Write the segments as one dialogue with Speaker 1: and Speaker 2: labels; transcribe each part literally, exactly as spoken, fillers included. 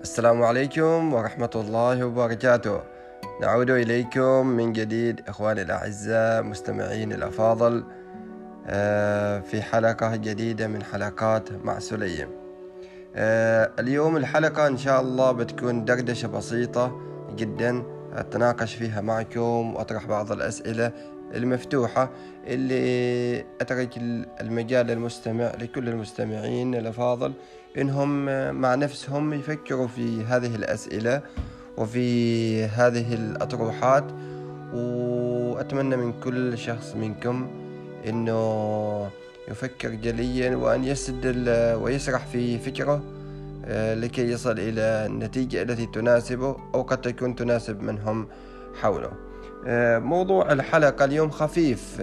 Speaker 1: السلام عليكم ورحمة الله وبركاته. نعود إليكم من جديد إخواني الأعزاء مستمعين الأفاضل في حلقة جديدة من حلقات مع سليم. اليوم الحلقة إن شاء الله بتكون دردشة بسيطة جدا أتناقش فيها معكم وأطرح بعض الأسئلة المفتوحة اللي أترك المجال للمستمع لكل المستمعين الأفاضل إنهم مع نفسهم يفكروا في هذه الأسئلة وفي هذه الأطروحات، وأتمنى من كل شخص منكم إنه يفكر جليا وأن يسد ويسرح في فكره لكي يصل إلى النتيجة التي تناسبه أو قد تكون تناسب من هم حوله. موضوع الحلقة اليوم خفيف،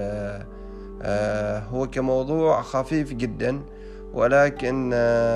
Speaker 1: هو كموضوع خفيف جدا، ولكن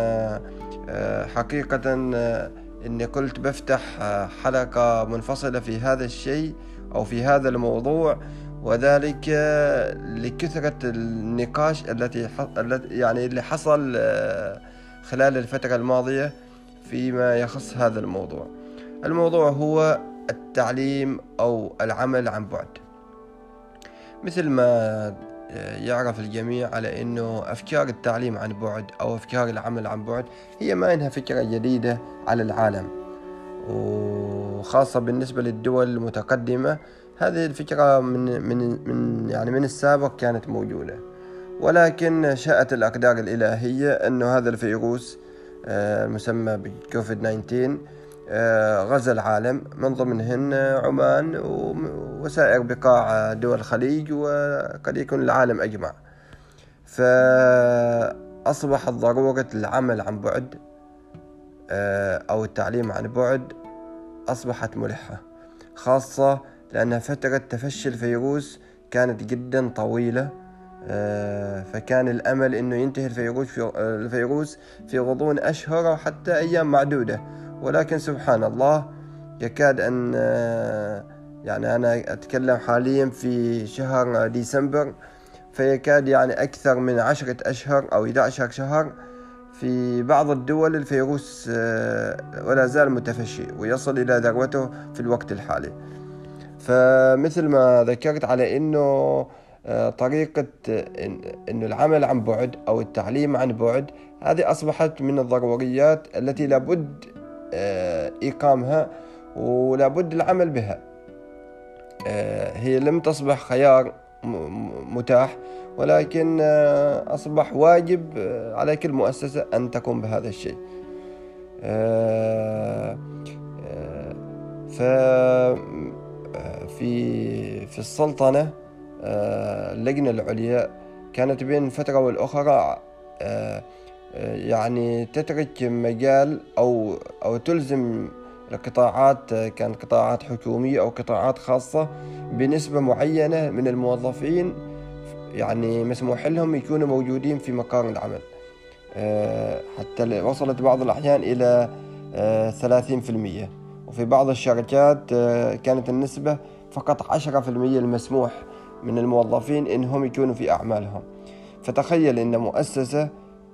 Speaker 1: حقيقة إني قلت بفتح حلقة منفصلة في هذا الشيء أو في هذا الموضوع، وذلك لكثرة النقاش التي يعني اللي حصل خلال الفترة الماضية فيما يخص هذا الموضوع. الموضوع هو التعليم أو العمل عن بعد. مثل ما يعرف الجميع على أنه أفكار التعليم عن بعد أو أفكار العمل عن بعد هي ما إنها فكرة جديدة على العالم، وخاصة بالنسبة للدول المتقدمة. هذه الفكرة من من من يعني من السابق كانت موجودة، ولكن شاءت الأقدار الإلهية أنه هذا الفيروس المسمى بكوفيد تسعة عشر غزا العالم، من ضمنهن عمان وسائر بقاع دول الخليج وقد يكون العالم أجمع. فأصبحت ضرورة العمل عن بعد أو التعليم عن بعد أصبحت ملحة، خاصة لأن فترة تفشي الفيروس كانت جدا طويلة، فكان الأمل أنه ينتهي الفيروس في, الفيروس في غضون أشهر أو حتى أيام معدودة، ولكن سبحان الله يكاد أن يعني أنا أتكلم حاليا في شهر ديسمبر، فيكاد يعني أكثر من عشرة أشهر أو إحدى عشر شهر في بعض الدول الفيروس ولا زال متفشي ويصل إلى ذروته في الوقت الحالي. فمثل ما ذكرت على أنه طريقة أن العمل عن بعد أو التعليم عن بعد هذه أصبحت من الضروريات التي لابد إقامها ولابد العمل بها. هي لم تصبح خيار متاح، ولكن أصبح واجب على كل مؤسسة أن تقوم بهذا الشيء. ففي في السلطنة اللجنة العليا كانت بين فترة والأخرى يعني تترك مجال أو أو تلزم القطاعات، كانت قطاعات حكومية أو قطاعات خاصة بنسبة معينة من الموظفين يعني مسموح لهم يكونوا موجودين في مقام العمل، حتى وصلت بعض الأحيان إلى ثلاثين في المية، وفي بعض الشركات كانت النسبة فقط عشرة في المية المسموح من الموظفين إنهم يكونوا في أعمالهم. فتخيل إن مؤسسة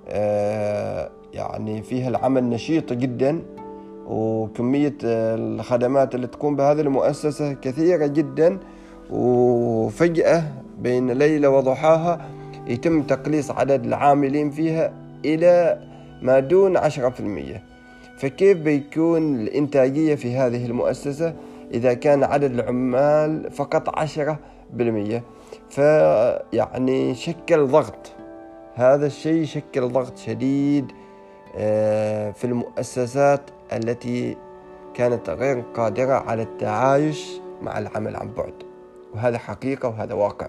Speaker 1: يعني فيها العمل نشيط جدا وكمية الخدمات اللي تقوم بهذه المؤسسة كثيرة جدا، وفجأة بين ليلة وضحاها يتم تقليص عدد العاملين فيها إلى ما دون عشرة في المية. فكيف بيكون الإنتاجية في هذه المؤسسة إذا كان عدد العمال فقط عشرة بالمية؟ فيعني شكل ضغط، هذا الشيء شكل ضغط شديد في المؤسسات التي كانت غير قادرة على التعايش مع العمل عن بعد، وهذا حقيقة وهذا واقع.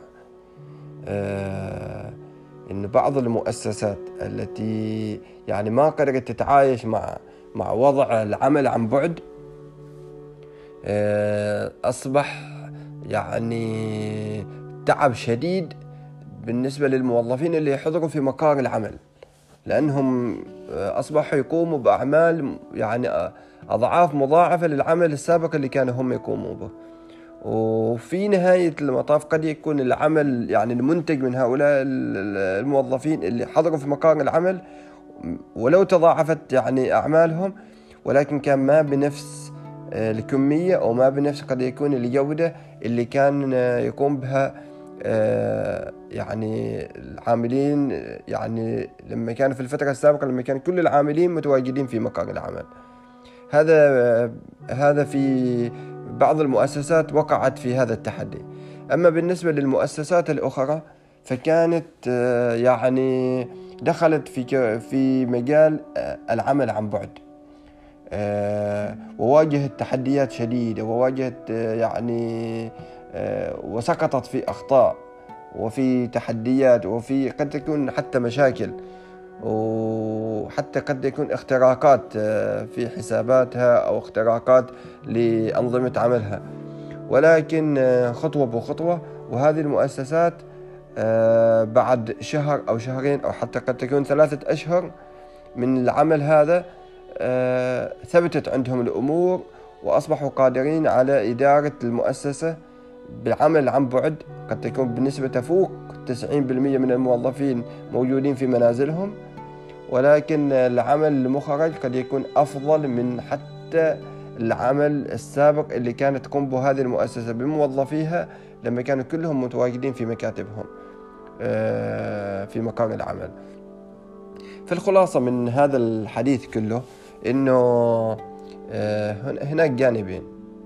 Speaker 1: إن بعض المؤسسات التي يعني ما قدرت تتعايش مع مع وضع العمل عن بعد أصبح يعني تعب شديد بالنسبة للموظفين اللي يحضروا في مقار العمل، لأنهم أصبحوا يقوموا بأعمال يعني أضعاف مضاعفة للعمل السابق اللي كانوا هم يقوموا به. وفي نهاية المطاف قد يكون العمل يعني المنتج من هؤلاء الموظفين اللي حضروا في مقار العمل ولو تضاعفت يعني أعمالهم، ولكن كان ما بنفس الكمية أو ما بنفس قد يكون الجودة اللي كان يقوم بها يعني العاملين، يعني لما كان في الفترة السابقة لما كان كل العاملين متواجدين في مقر العمل. هذا هذا في بعض المؤسسات وقعت في هذا التحدي. أما بالنسبة للمؤسسات الأخرى فكانت يعني دخلت في في مجال العمل عن بعد، وواجهت تحديات شديدة، وواجهت يعني وسقطت في أخطاء وفي تحديات، وفي قد تكون حتى مشاكل، وحتى قد يكون اختراقات في حساباتها أو اختراقات لأنظمة عملها. ولكن خطوة بخطوة، وهذه المؤسسات بعد شهر أو شهرين أو حتى قد تكون ثلاثة أشهر من العمل هذا ثبتت عندهم الأمور، وأصبحوا قادرين على إدارة المؤسسة بالعمل عن بعد. قد تكون بنسبة تفوق تسعين بالمئة من الموظفين موجودين في منازلهم، ولكن العمل المخرج قد يكون أفضل من حتى العمل السابق اللي كانت تقوم به هذه المؤسسة بموظفيها لما كانوا كلهم متواجدين في مكاتبهم في مقر العمل. فالخلاصة من هذا الحديث كله إنه هناك جانبين،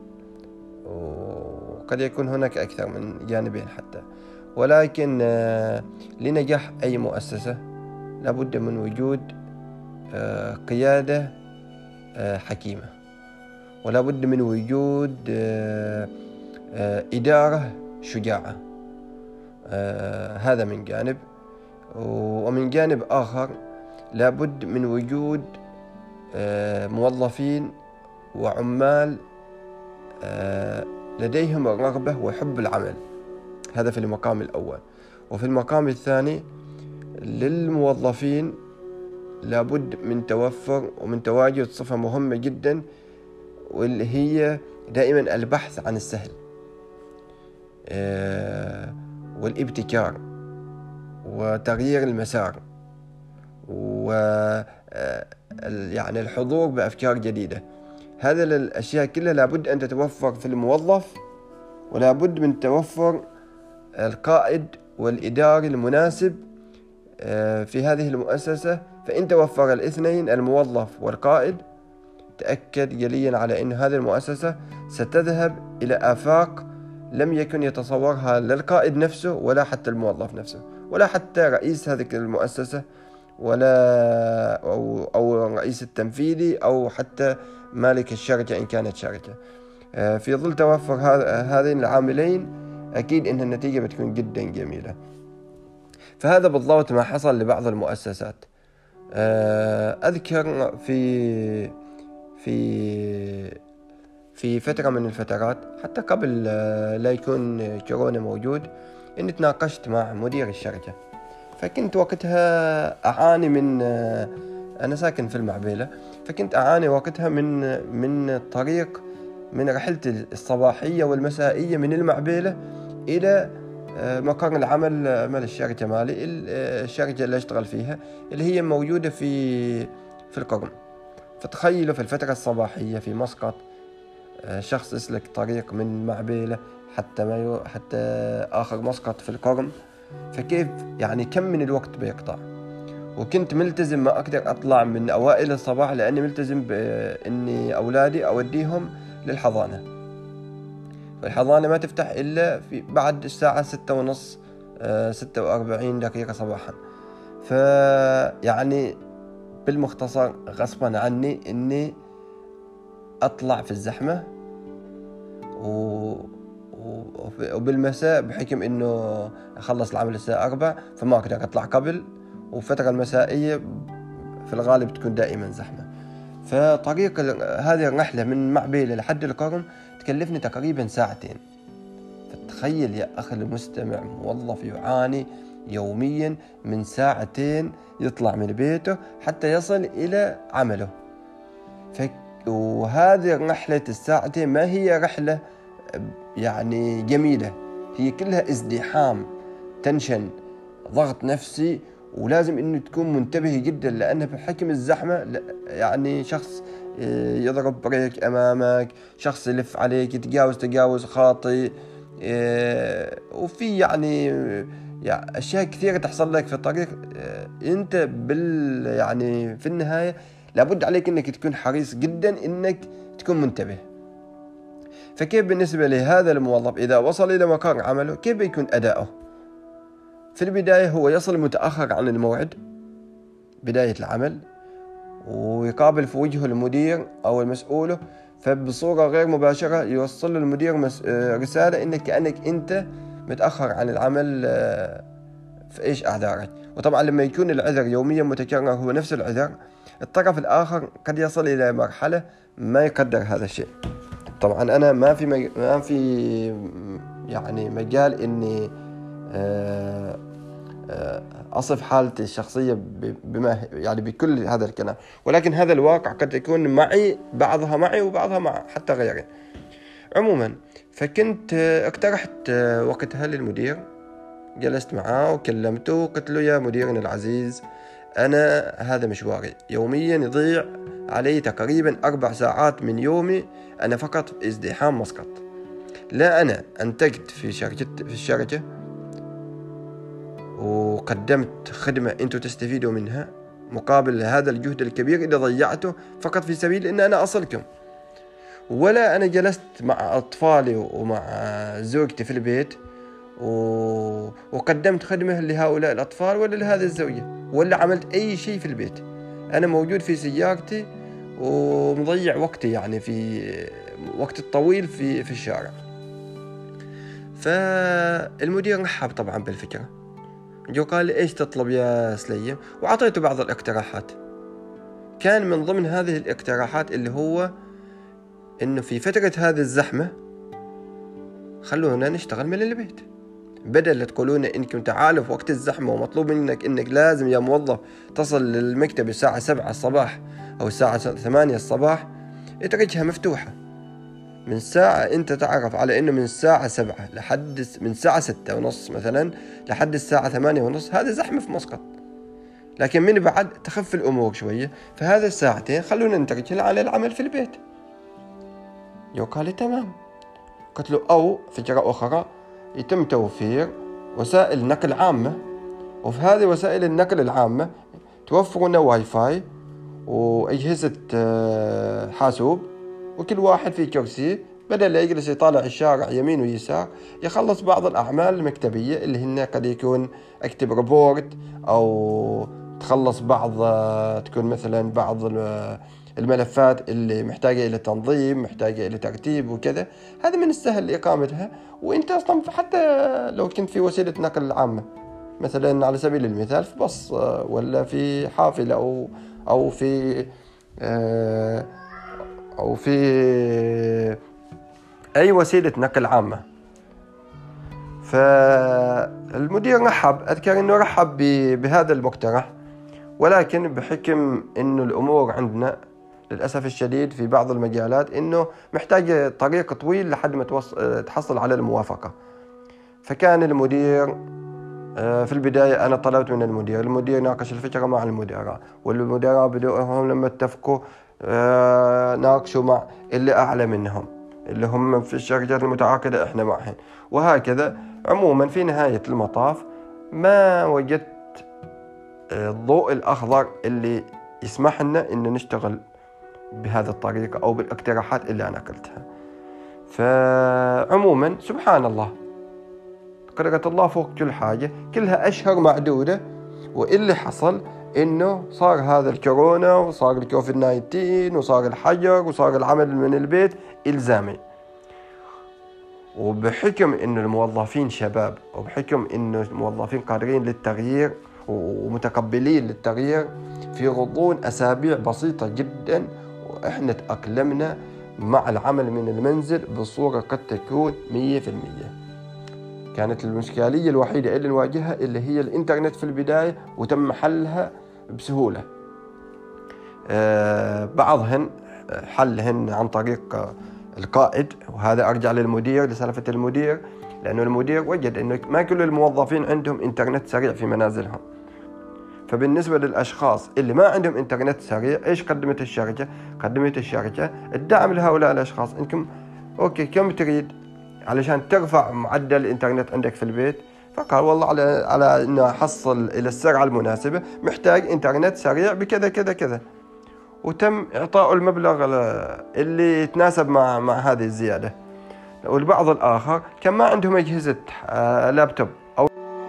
Speaker 1: وقد يكون هناك أكثر من جانبين حتى، ولكن لنجاح أي مؤسسة لابد من وجود قيادة حكيمة، ولابد من وجود إدارة شجاعة. هذا من جانب، ومن جانب آخر لابد من وجود موظفين وعمال لديهم الرغبة وحب العمل. هذا في المقام الأول. وفي المقام الثاني للموظفين لابد من توفر ومن تواجد صفة مهمة جدا، واللي هي دائما البحث عن السهل والابتكار وتغيير المسار، و يعني الحضور بأفكار جديدة. هذه الأشياء كلها لابد أن تتوفر في الموظف، ولابد من توفر القائد والإداري المناسب في هذه المؤسسة. فإن توفر الاثنين الموظف والقائد تأكد جليا على أن هذه المؤسسة ستذهب إلى آفاق لم يكن يتصورها لا القائد نفسه ولا حتى الموظف نفسه ولا حتى رئيس هذه المؤسسة ولا أو, أو الرئيس التنفيذي أو حتى مالك الشركة إن كانت شركة. في ظل توفر هذين العاملين أكيد أن النتيجة بتكون جدا جميلة. فهذا بالضبط ما حصل لبعض المؤسسات. أذكر في في في فترة من الفترات حتى قبل لا يكون كورونا موجود، إني تناقشت مع مدير الشركة. فكنت وقتها أعاني من، أنا ساكن في المعبيلة، فكنت أعاني وقتها من من الطريق من رحلتي الصباحية والمسائية من المعبيلة إلى مقر العمل مال الشركة مالي، الشركة اللي أشتغل فيها اللي هي موجودة في في القرم. فتخيلوا في الفترة الصباحية في مسقط شخص يسلك طريق من معبيلة حتى ما يو حتى آخر مسقط في القرم، فكيف يعني كم من الوقت بيقطع. وكنت ملتزم ما أقدر أطلع من أوائل الصباح لأني ملتزم بإني أولادي أوديهم للحضانة، والحضانة ما تفتح إلا في بعد الساعة ستة ونص ستة وأربعين دقيقة صباحا. فيعني بالمختصر غصبا عني إني أطلع في الزحمة، و... وبالمساء بحكم إنه أخلص العمل الساعة أربع فما أقدر أطلع قبل، وفترة المسائية في الغالب تكون دائما زحمة. فطريق هذه الرحلة من معبيلة لحد القرم تكلفني تقريبا ساعتين. فتخيل يا أخي المستمع، موظف يعاني يوميا من ساعتين يطلع من بيته حتى يصل إلى عمله. ف... وهذه رحلة الساعتين ما هي رحلة يعني جميلة، هي كلها ازدحام، تنشن، ضغط نفسي، ولازم انه تكون منتبه جدا، لانه بحكم الزحمة يعني شخص يضرب بريك أمامك، شخص يلف عليك، يتجاوز تجاوز خاطئ، وفي يعني يعني أشياء كثيرة تحصل لك في الطريق. أنت بال يعني في النهاية لابد عليك أنك تكون حريص جدا أنك تكون منتبه. فكيف بالنسبة لهذا الموظف إذا وصل إلى مكان عمله كيف بيكون أداؤه؟ في البداية هو يصل متأخر عن الموعد بداية العمل، ويقابل في وجهه المدير أو المسؤول، فبصورة غير مباشرة يوصل المدير مس... رسالة إنك كأنك أنت متأخر عن العمل في إيش أعذارك. وطبعا لما يكون العذر يوميا متكرر هو نفس العذر، الطرف الآخر قد يصل إلى مرحلة ما يقدر هذا الشيء. طبعا أنا ما في مج... ما في يعني مجال إني أه أصف حالتي الشخصية بما يعني بكل هذا الكلام، ولكن هذا الواقع قد يكون معي، بعضها معي وبعضها مع حتى غيري. عموما فكنت اقترحت وقتها للمدير، جلست معاه وكلمته وقلت له يا مديرنا العزيز، أنا هذا مشواري يوميا يضيع علي تقريبا أربع ساعات من يومي أنا فقط في ازدحام مسقط. لا أنا أنتجت في شركة في الشركة وقدمت خدمة أنتم تستفيدوا منها مقابل هذا الجهد الكبير اللي ضيعته فقط في سبيل أن أنا أصلكم، ولا أنا جلست مع أطفالي ومع زوجتي في البيت وقدمت خدمة لهؤلاء الأطفال ولا لهذه الزوجة، ولا عملت أي شيء في البيت. أنا موجود في سيارتي ومضيع وقتي يعني في وقت الطويل في في الشارع. فالمدير رحب طبعا بالفكرة، جو قال لي إيش تطلب يا سليم، وعطيته بعض الاقتراحات. كان من ضمن هذه الاقتراحات اللي هو إنه في فترة هذه الزحمة خلونا نشتغل من البيت، بدل لا تقولون إنكم تعالوا في وقت الزحمة ومطلوب منك إنك لازم يا موظف تصل للمكتب الساعة سبعة الصباح أو الساعة ثمانية الصباح، اتركها مفتوحة من ساعة. أنت تعرف على إنه من الساعة سبعة لحد من الساعة ستة ونص مثلا لحد الساعة ثمانية ونص هذا زحمة في مسقط، لكن من بعد تخف الأمور شوية، فهذا الساعتين خلونا نتركها على العمل في البيت. يو قال لي تمام. قلت له أو فكرة أخرى، يتم توفير وسائل نقل عامة، وفي هذه وسائل النقل العامة توفر لنا واي فاي وأجهزة حاسوب، وكل واحد في كرسي بدل لا يجلس يطالع الشارع يمين ويسار يخلص بعض الأعمال المكتبية اللي هن قد يكون أكتب ريبورت أو تخلص بعض تكون مثلا بعض الملفات اللي محتاجة إلى تنظيم محتاجة إلى ترتيب وكذا. هذا من السهل إقامتها، وإنت أصلا حتى لو كنت في وسيلة نقل عامة مثلا على سبيل المثال في باص ولا في حافلة أو أو في أو في أي وسيلة نقل عامة. فالمدير رحب، أذكر أنه رحب بهذا المقترح، ولكن بحكم أنه الأمور عندنا للأسف الشديد في بعض المجالات أنه محتاجة طريق طويل لحد ما تحصل على الموافقة. فكان المدير في البداية أنا طلبت من المدير، المدير ناقش الفكرة مع المدراء، والمدراء بدأوا لما اتفقوا ناقشوا مع اللي أعلى منهم اللي هم في الشركات المتعاقدة إحنا معهم، وهكذا. عموما في نهاية المطاف ما وجدت الضوء الأخضر اللي يسمح لنا إن نشتغل بهذه الطريقة أو بالاقتراحات اللي أنا قلتها. فعموما سبحان الله، قدرة الله فوق كل حاجة، كلها أشهر معدودة، واللي حصل إنه صار هذا الكورونا وصار الكوفيد تسعة عشر وصار الحجر وصار العمل من البيت إلزامي. وبحكم إنه الموظفين شباب، وبحكم إنه الموظفين قادرين للتغيير ومتقبلين للتغيير، في غضون أسابيع بسيطة جدا وإحنا تأقلمنا مع العمل من المنزل بصورة قد تكون مية في المية. كانت المشكلة الوحيدة اللي نواجهها اللي هي الإنترنت في البداية، وتم حلها بسهولة. آه بعضهن حلهن عن طريق القائد، وهذا أرجع للمدير لسلفة المدير، لأنه المدير وجد أنه ما كل الموظفين عندهم إنترنت سريع في منازلهم، فبالنسبة للأشخاص اللي ما عندهم إنترنت سريع، إيش قدمت الشركة؟ قدمت الشركة الدعم لهؤلاء الأشخاص. إنكم أوكي كم تريد علشان ترفع معدل الإنترنت عندك في البيت؟ فقال والله على على إنه أحصل إلى السرعة المناسبة محتاج إنترنت سريع بكذا كذا كذا، وتم إعطاء المبلغ اللي يتناسب مع مع هذه الزيادة. والبعض الآخر كان ما عندهم أجهزة لابتوب أو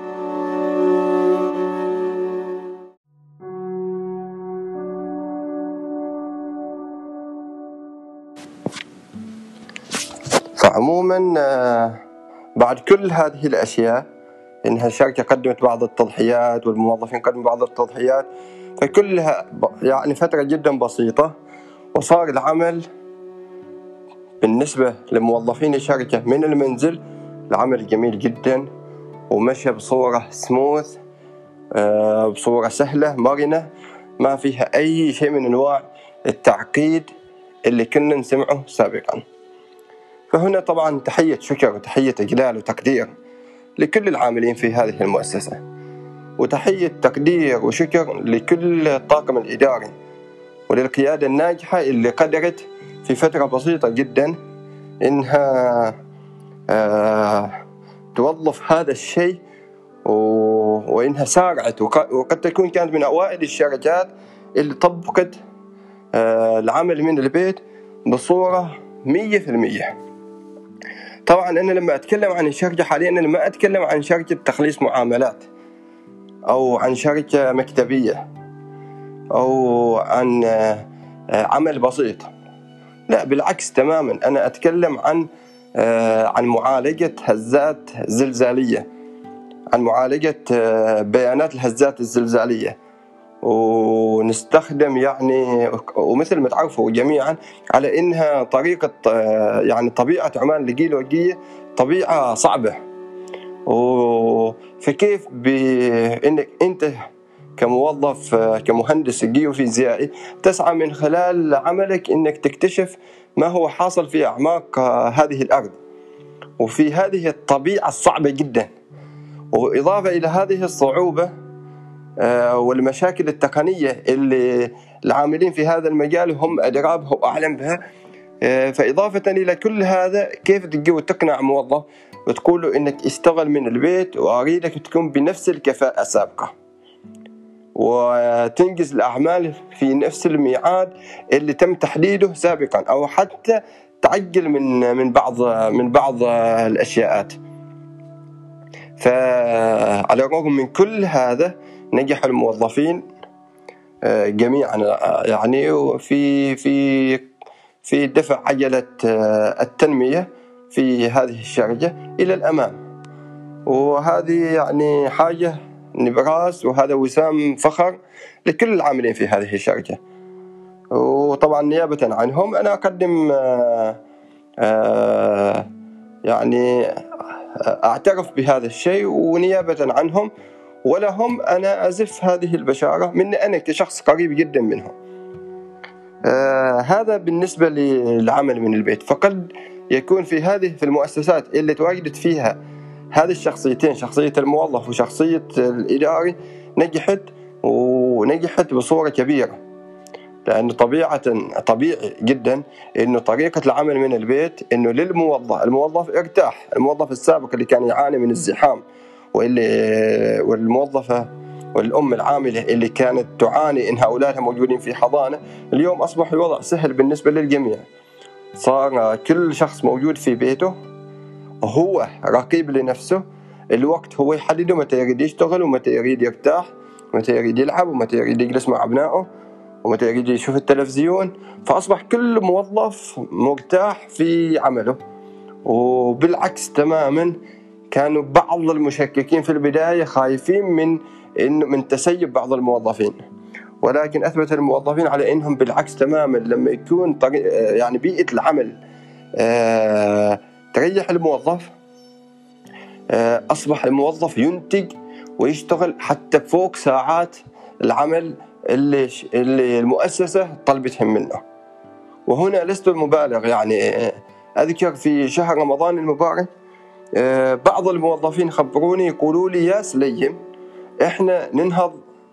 Speaker 1: فعموما بعد كل هذه الأشياء إنها الشركة قدمت بعض التضحيات والموظفين قدموا بعض التضحيات، فكلها يعني فترة جدا بسيطة وصار العمل بالنسبة لموظفين الشركة من المنزل العمل جميل جدا، ومشى بصورة سموث بصورة سهلة مرنة، ما فيها أي شيء من أنواع التعقيد اللي كنا نسمعه سابقا. فهنا طبعا تحية شكر وتحية إجلال وتقدير لكل العاملين في هذه المؤسسة، وتحية تقدير وشكر لكل الطاقم الإداري وللقيادة الناجحة اللي قدرت في فترة بسيطة جدا إنها آه توظف هذا الشيء، وإنها سارعت وقد تكون كانت من أوائل الشركات اللي طبقت آه العمل من البيت بصورة مية في المية. طبعا أنا لما أتكلم عن الشركة حاليا أنا ما أتكلم عن شركة تخليص معاملات أو عن شركة مكتبية أو عن آه عمل بسيط، لا بالعكس تماما. أنا أتكلم عن آه عن معالجة هزات زلزالية، عن معالجة آه بيانات الهزات الزلزالية، ونستخدم يعني ومثل ما تعرفوا جميعا على إنها طريقة آه يعني طبيعة عمان الجيولوجية طبيعة صعبة، فكيف بإنك أنت كموظف كمهندس جيوفيزيائي تسعى من خلال عملك إنك تكتشف ما هو حاصل في أعماق هذه الأرض وفي هذه الطبيعة الصعبة جدا. وإضافة إلى هذه الصعوبة والمشاكل التقنية اللي العاملين في هذا المجال هم أدرى بها وأعلم بها، فإضافة إلى كل هذا كيف تجي وتقنع موظف وتقول له إنك اشتغل من البيت وأريدك تكون بنفس الكفاءة السابقة وتنجز الأعمال في نفس الميعاد اللي تم تحديده سابقا، أو حتى تعجل من من بعض من بعض الأشياءات. فعلى الرغم من كل هذا نجح الموظفين جميعا يعني في في في دفع عجلة التنمية في هذه الشركة إلى الأمام، وهذه يعني حاجة نبراس وهذا وسام فخر لكل العاملين في هذه الشركة. وطبعا نيابة عنهم أنا أقدم آآ آآ يعني أعترف بهذا الشيء، ونيابة عنهم ولهم أنا أزف هذه البشارة مني أنا كشخص قريب جدا منهم. هذا بالنسبة للعمل من البيت. فقد يكون في هذه في المؤسسات اللي تواجدت فيها هذه الشخصيتين، شخصية الموظف وشخصية الإداري، نجحت ونجحت بصورة كبيرة، لأن طبيعة طبيعي جدا إنه طريقة العمل من البيت إنه للموظف الموظف ارتاح. الموظف السابق اللي كان يعاني من الزحام، واللي والموظفة والأم العاملة اللي كانت تعاني إن أولادها موجودين في حضانة، اليوم أصبح الوضع سهل بالنسبة للجميع. صار كل شخص موجود في بيته هو رقيب لنفسه، الوقت هو يحدده متى يريد يشتغل ومتى يريد يرتاح، متى يريد يلعب ومتى يريد يجلس مع أبنائه ومتى يريد يشوف التلفزيون. فأصبح كل موظف مرتاح في عمله. وبالعكس تماما كانوا بعض المشككين في البداية خايفين من إنه من تسيب بعض الموظفين، ولكن أثبت الموظفين على إنهم بالعكس تماما لما يكون يعني بيئة العمل آه تريح الموظف، آه أصبح الموظف ينتج ويشتغل حتى فوق ساعات العمل اللي اللي المؤسسة طلبتهم منه. وهنا لست المبالغ، يعني أذكر في شهر رمضان المبارك بعض الموظفين خبروني يقولوا لي يا سليم إحنا ننهض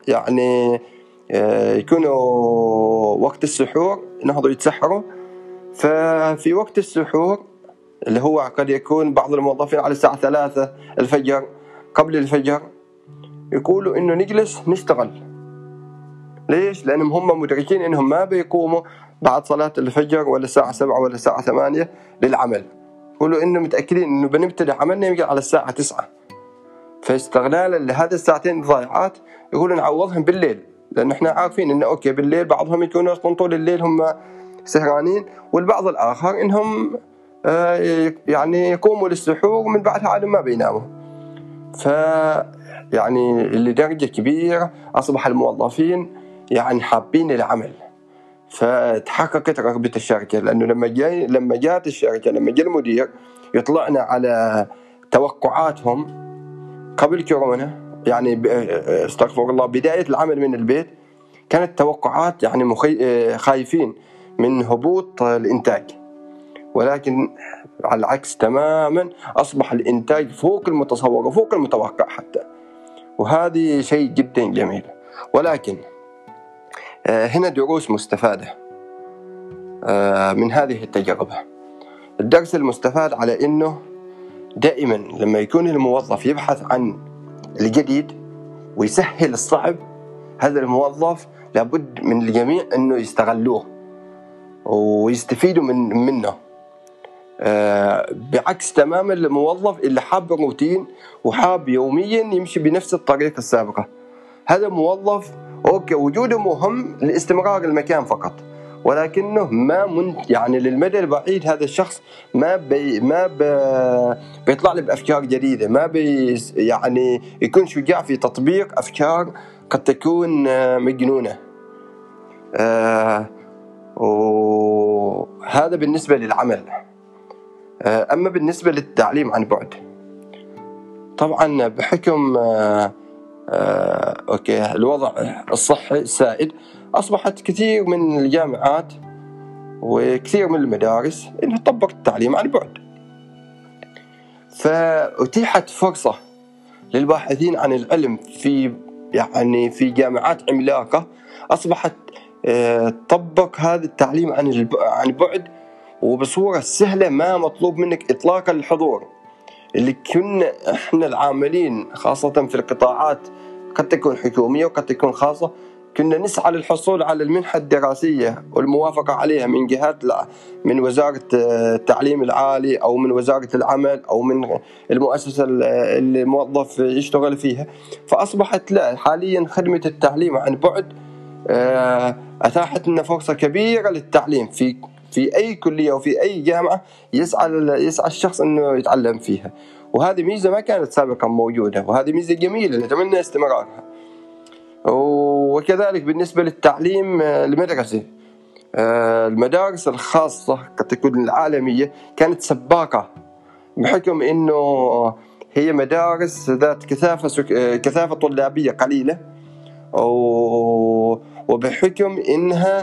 Speaker 1: يعني يكونوا وقت السحور ينهضوا يتسحروا، ففي وقت السحور اللي هو قد يكون بعض الموظفين على الساعة ثلاثة الفجر قبل الفجر يقولوا إنه نجلس نشتغل. ليش؟ لأنهم هم مدركين إنهم ما بيقوموا بعد صلاة الفجر ولا الساعة سبعة ولا الساعة ثمانية للعمل، يقولوا إنه متأكدين إنه بنبتدي عملنا يمكن على الساعة تسعة، فاستغلالا لهذه الساعتين الضائعات يقولوا نعوضهم بالليل، لأن إحنا عارفين إنه أوكي بالليل بعضهم يكونوا أصلا طول الليل هم سهرانين، والبعض الآخر إنهم آه يعني يقوموا للسحور ومن بعدها عادوا ما بيناموا. ف يعني لدرجة كبيرة أصبح الموظفين يعني حابين العمل، فتحققت رغبة الشركة، لأنه لما جاي لما جات الشركة لما جاء المدير يطلعنا على توقعاتهم قبل كورونا، يعني استغفر الله بداية العمل من البيت كانت توقعات يعني مخي... خايفين من هبوط الإنتاج، ولكن على العكس تماما أصبح الإنتاج فوق المتصور وفوق المتوقع حتى، وهذه شيء جدا جميل. ولكن هنا دروس مستفادة من هذه التجربة. الدرس المستفاد على أنه دائما لما يكون الموظف يبحث عن الجديد ويسهل الصعب، هذا الموظف لابد من الجميع أنه يستغلوه ويستفيدوا من منه، بعكس تماما الموظف اللي حاب روتين وحاب يوميا يمشي بنفس الطريقة السابقة. هذا موظف أوكي وجوده مهم لاستمرار المكان فقط، ولكنه ما من يعني للمدى البعيد هذا الشخص ما بي ما بي بيطلع له بأفكار جديدة، ما بي يعني يكون شجاع في تطبيق أفكار قد تكون مجنونة. آه وهذا بالنسبة للعمل. آه أما بالنسبة للتعليم عن بعد، طبعا بحكم آه آه، أوكي الوضع الصحي السائد أصبحت كثير من الجامعات وكثير من المدارس إنها طبقت التعليم عن بعد، فأتيحت فرصة للباحثين عن العلم في يعني في جامعات عملاقة أصبحت آه، تطبق هذا التعليم عن عن بعد وبصورة سهلة، ما مطلوب منك إطلاق الحضور. اللي كنا إحنا العاملين خاصة في القطاعات قد تكون حكومية وقد تكون خاصة كنا نسعى للحصول على المنحة الدراسية والموافقة عليها من جهات من وزارة التعليم العالي أو من وزارة العمل أو من المؤسسة اللي الموظف يشتغل فيها. فأصبحت لا حاليا خدمة التعليم عن بعد أتاحت لنا فرصة كبيرة للتعليم في في أي كلية وفي أي جامعة يسعى يسعى الشخص إنه يتعلم فيها، وهذه ميزة ما كانت سابقا موجودة، وهذه ميزة جميلة نتمنى استمرارها. وكذلك بالنسبة للتعليم المدرسي، المدارس الخاصة قد تكون العالمية كانت سباقة بحكم إنه هي مدارس ذات كثافة كثافة طلابية قليلة، وبحكم إنها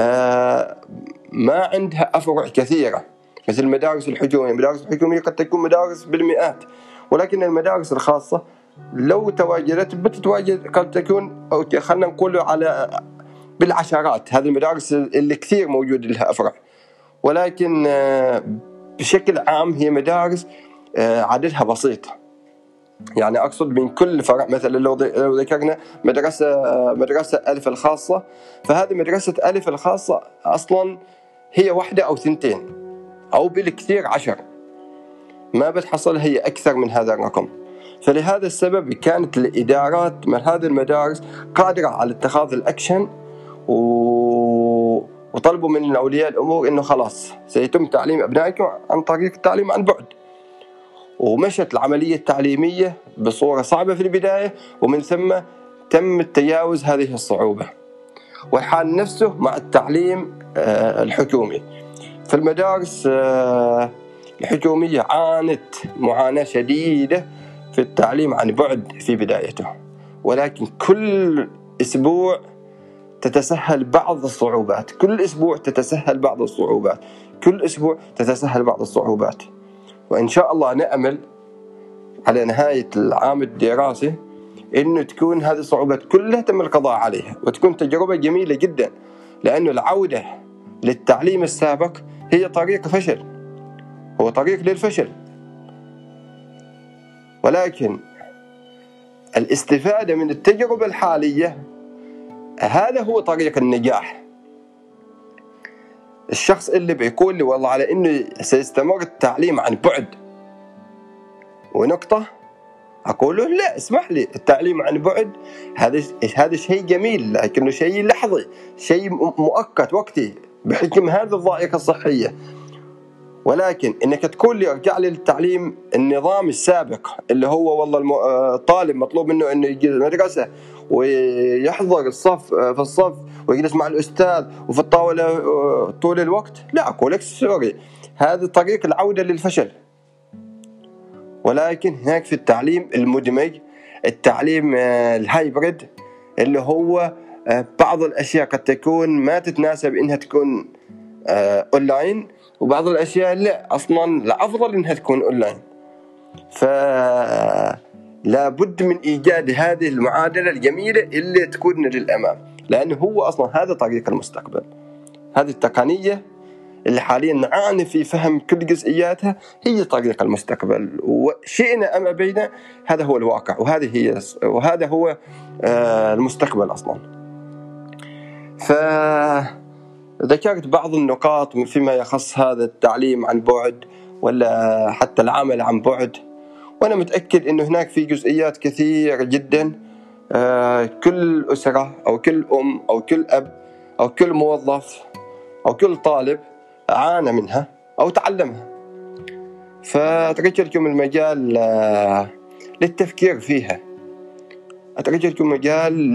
Speaker 1: ما عندها أفرع كثيرة مثل المدارس الحكومية. المدارس الحكومية قد تكون مدارس بالمئات، ولكن المدارس الخاصة لو تواجدت بتتواجد قد تكون أو خلنا نقول على بالعشرات. هذه المدارس اللي كثير موجود لها أفرع، ولكن بشكل عام هي مدارس عددها بسيط. يعني أقصد من كل فرع، مثلا لو ذكرنا مدرسة مدرسة ألف الخاصة، فهذه مدرسة ألف الخاصة أصلا هي واحدة أو ثنتين أو بالكثير عشر، ما بتحصل هي أكثر من هذا الرقم. فلهذا السبب كانت الإدارات من هذه المدارس قادرة على اتخاذ الأكشن و... وطلبوا من أولياء الأمور إنه خلاص سيتم تعليم أبنائكم عن طريق التعليم عن بعد. ومشت العملية التعليمية بصورة صعبة في البداية، ومن ثم تم التجاوز هذه الصعوبة. والحال نفسه مع التعليم الحكومي، فالمدارس الحكومية عانت معاناة شديدة في التعليم عن بعد في بدايته، ولكن كل أسبوع تتسهل بعض الصعوبات، كل أسبوع تتسهل بعض الصعوبات، كل أسبوع تتسهل بعض الصعوبات. وإن شاء الله نأمل على نهاية العام الدراسي إنه تكون هذه الصعوبات كلها تم القضاء عليها، وتكون تجربة جميلة جدا، لأنه العودة للتعليم السابق هي طريق فشل، هو طريق للفشل. ولكن الاستفادة من التجربة الحالية هذا هو طريق النجاح. الشخص اللي بيقول لي والله على إنه سيستمر التعليم عن بعد ونقطة، أقول له لا، اسمح لي، التعليم عن بعد هذا هذا شيء جميل، لكنه شيء لحظي، شيء مؤقت وقتي بحكم هذه الضائقة الصحية. ولكن إنك تقول لي ارجع لي للتعليم النظام السابق اللي هو والله الطالب مطلوب منه إنه يجي المدرسة ويحضر الصف في الصف ويجلس مع الأستاذ وفي الطاولة طول الوقت، لا، أقول لك سوري، هذا طريق العودة للفشل. ولكن هناك في التعليم المدمج، التعليم الهايبريد، اللي هو بعض الأشياء قد تكون ما تتناسب إنها تكون أونلاين، وبعض الأشياء لا، أصلا الأفضل إنها تكون أونلاين. فلا بد من إيجاد هذه المعادلة الجميلة اللي تكون للأمام، لأنه هو أصلا هذا طريق المستقبل. هذه التقنية اللي حاليا نعاني في فهم كل جزئياتها هي طريق المستقبل، وشئنا أم أبينا هذا هو الواقع، وهذه هي وهذا هو المستقبل أصلا. فذكرت بعض النقاط فيما يخص هذا التعليم عن بعد ولا حتى العمل عن بعد، وأنا متأكد أنه هناك في جزئيات كثيرة جدا كل أسرة أو كل أم أو كل أب أو كل موظف أو كل طالب عانى منها أو تعلمها. فأترك لكم المجال للتفكير فيها، أترك لكم مجال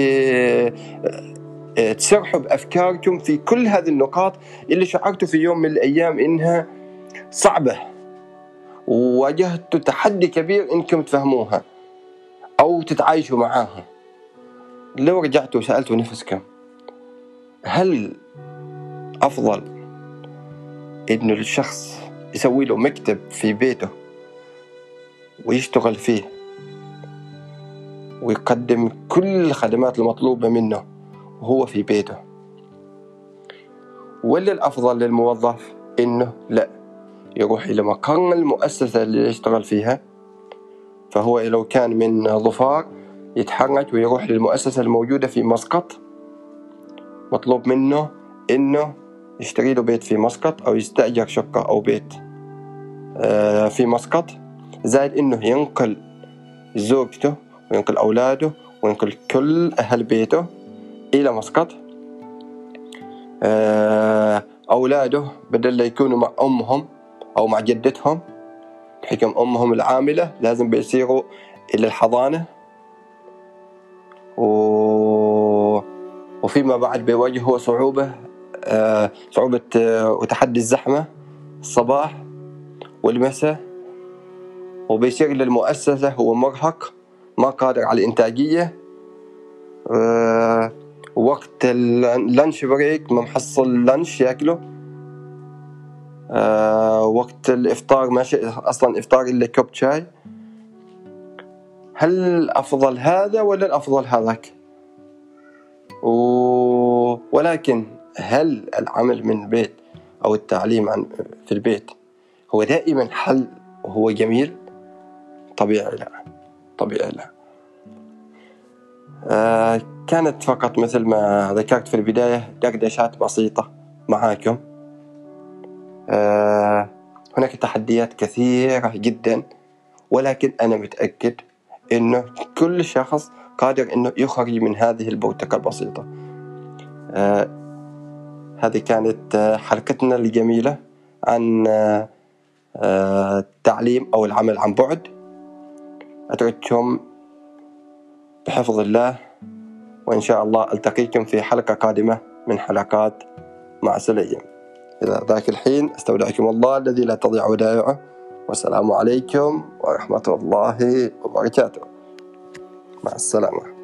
Speaker 1: لتسرحوا بأفكاركم في كل هذه النقاط اللي شعرتوا في يوم من الأيام إنها صعبة وواجهتوا تحدي كبير إنكم تفهموها أو تتعايشوا معاها. لو رجعتوا وسألتوا نفسكم هل أفضل إنه الشخص يسوي له مكتب في بيته ويشتغل فيه ويقدم كل الخدمات المطلوبة منه وهو في بيته، ولا الأفضل للموظف إنه لا، يروح إلى مقر المؤسسة اللي يشتغل فيها، فهو لو كان من ظفار يتحرك ويروح للمؤسسة الموجودة في مسقط، مطلوب منه إنه يشتري له بيت في مسقط أو يستأجر شقة أو بيت في مسقط، زائد إنه ينقل زوجته وينقل أولاده وينقل كل أهل بيته إلى مسقط. أولاده بدل لا يكونوا مع أمهم أو مع جدتهم بحكم أمهم العاملة، لازم بيصيروا إلى الحضانة، و... وفيما بعد بيواجهوا صعوبة آه صعوبة آه وتحدي الزحمة الصباح والمساء، وبيصير للمؤسسة هو مرهق ما قادر على الإنتاجية. آه وقت اللانش بريك ما محصل لانش يأكله. آه وقت الإفطار ما شيء أصلا إفطار إلا كوب شاي. هل الأفضل هذا ولا الأفضل هذاك؟ و... ولكن هل العمل من البيت أو التعليم عن في البيت هو دائما حل وهو جميل؟ طبيعي لا، طبيعي لا. آه كانت فقط مثل ما ذكرت في البداية دردشات بسيطة معاكم. آه هناك تحديات كثيرة جدا، ولكن أنا متأكد إنه كل شخص قادر إنه يخرج من هذه البوتقة البسيطة. آه هذه كانت حلقتنا الجميلة عن آه التعليم أو العمل عن بعد. أترككم بحفظ الله، وإن شاء الله ألتقيكم في حلقة قادمة من حلقات مع سليم. إلى ذاك الحين أستودعكم الله الذي لا تضيع ودائعه، والسلام عليكم ورحمة الله وبركاته. مع السلامة.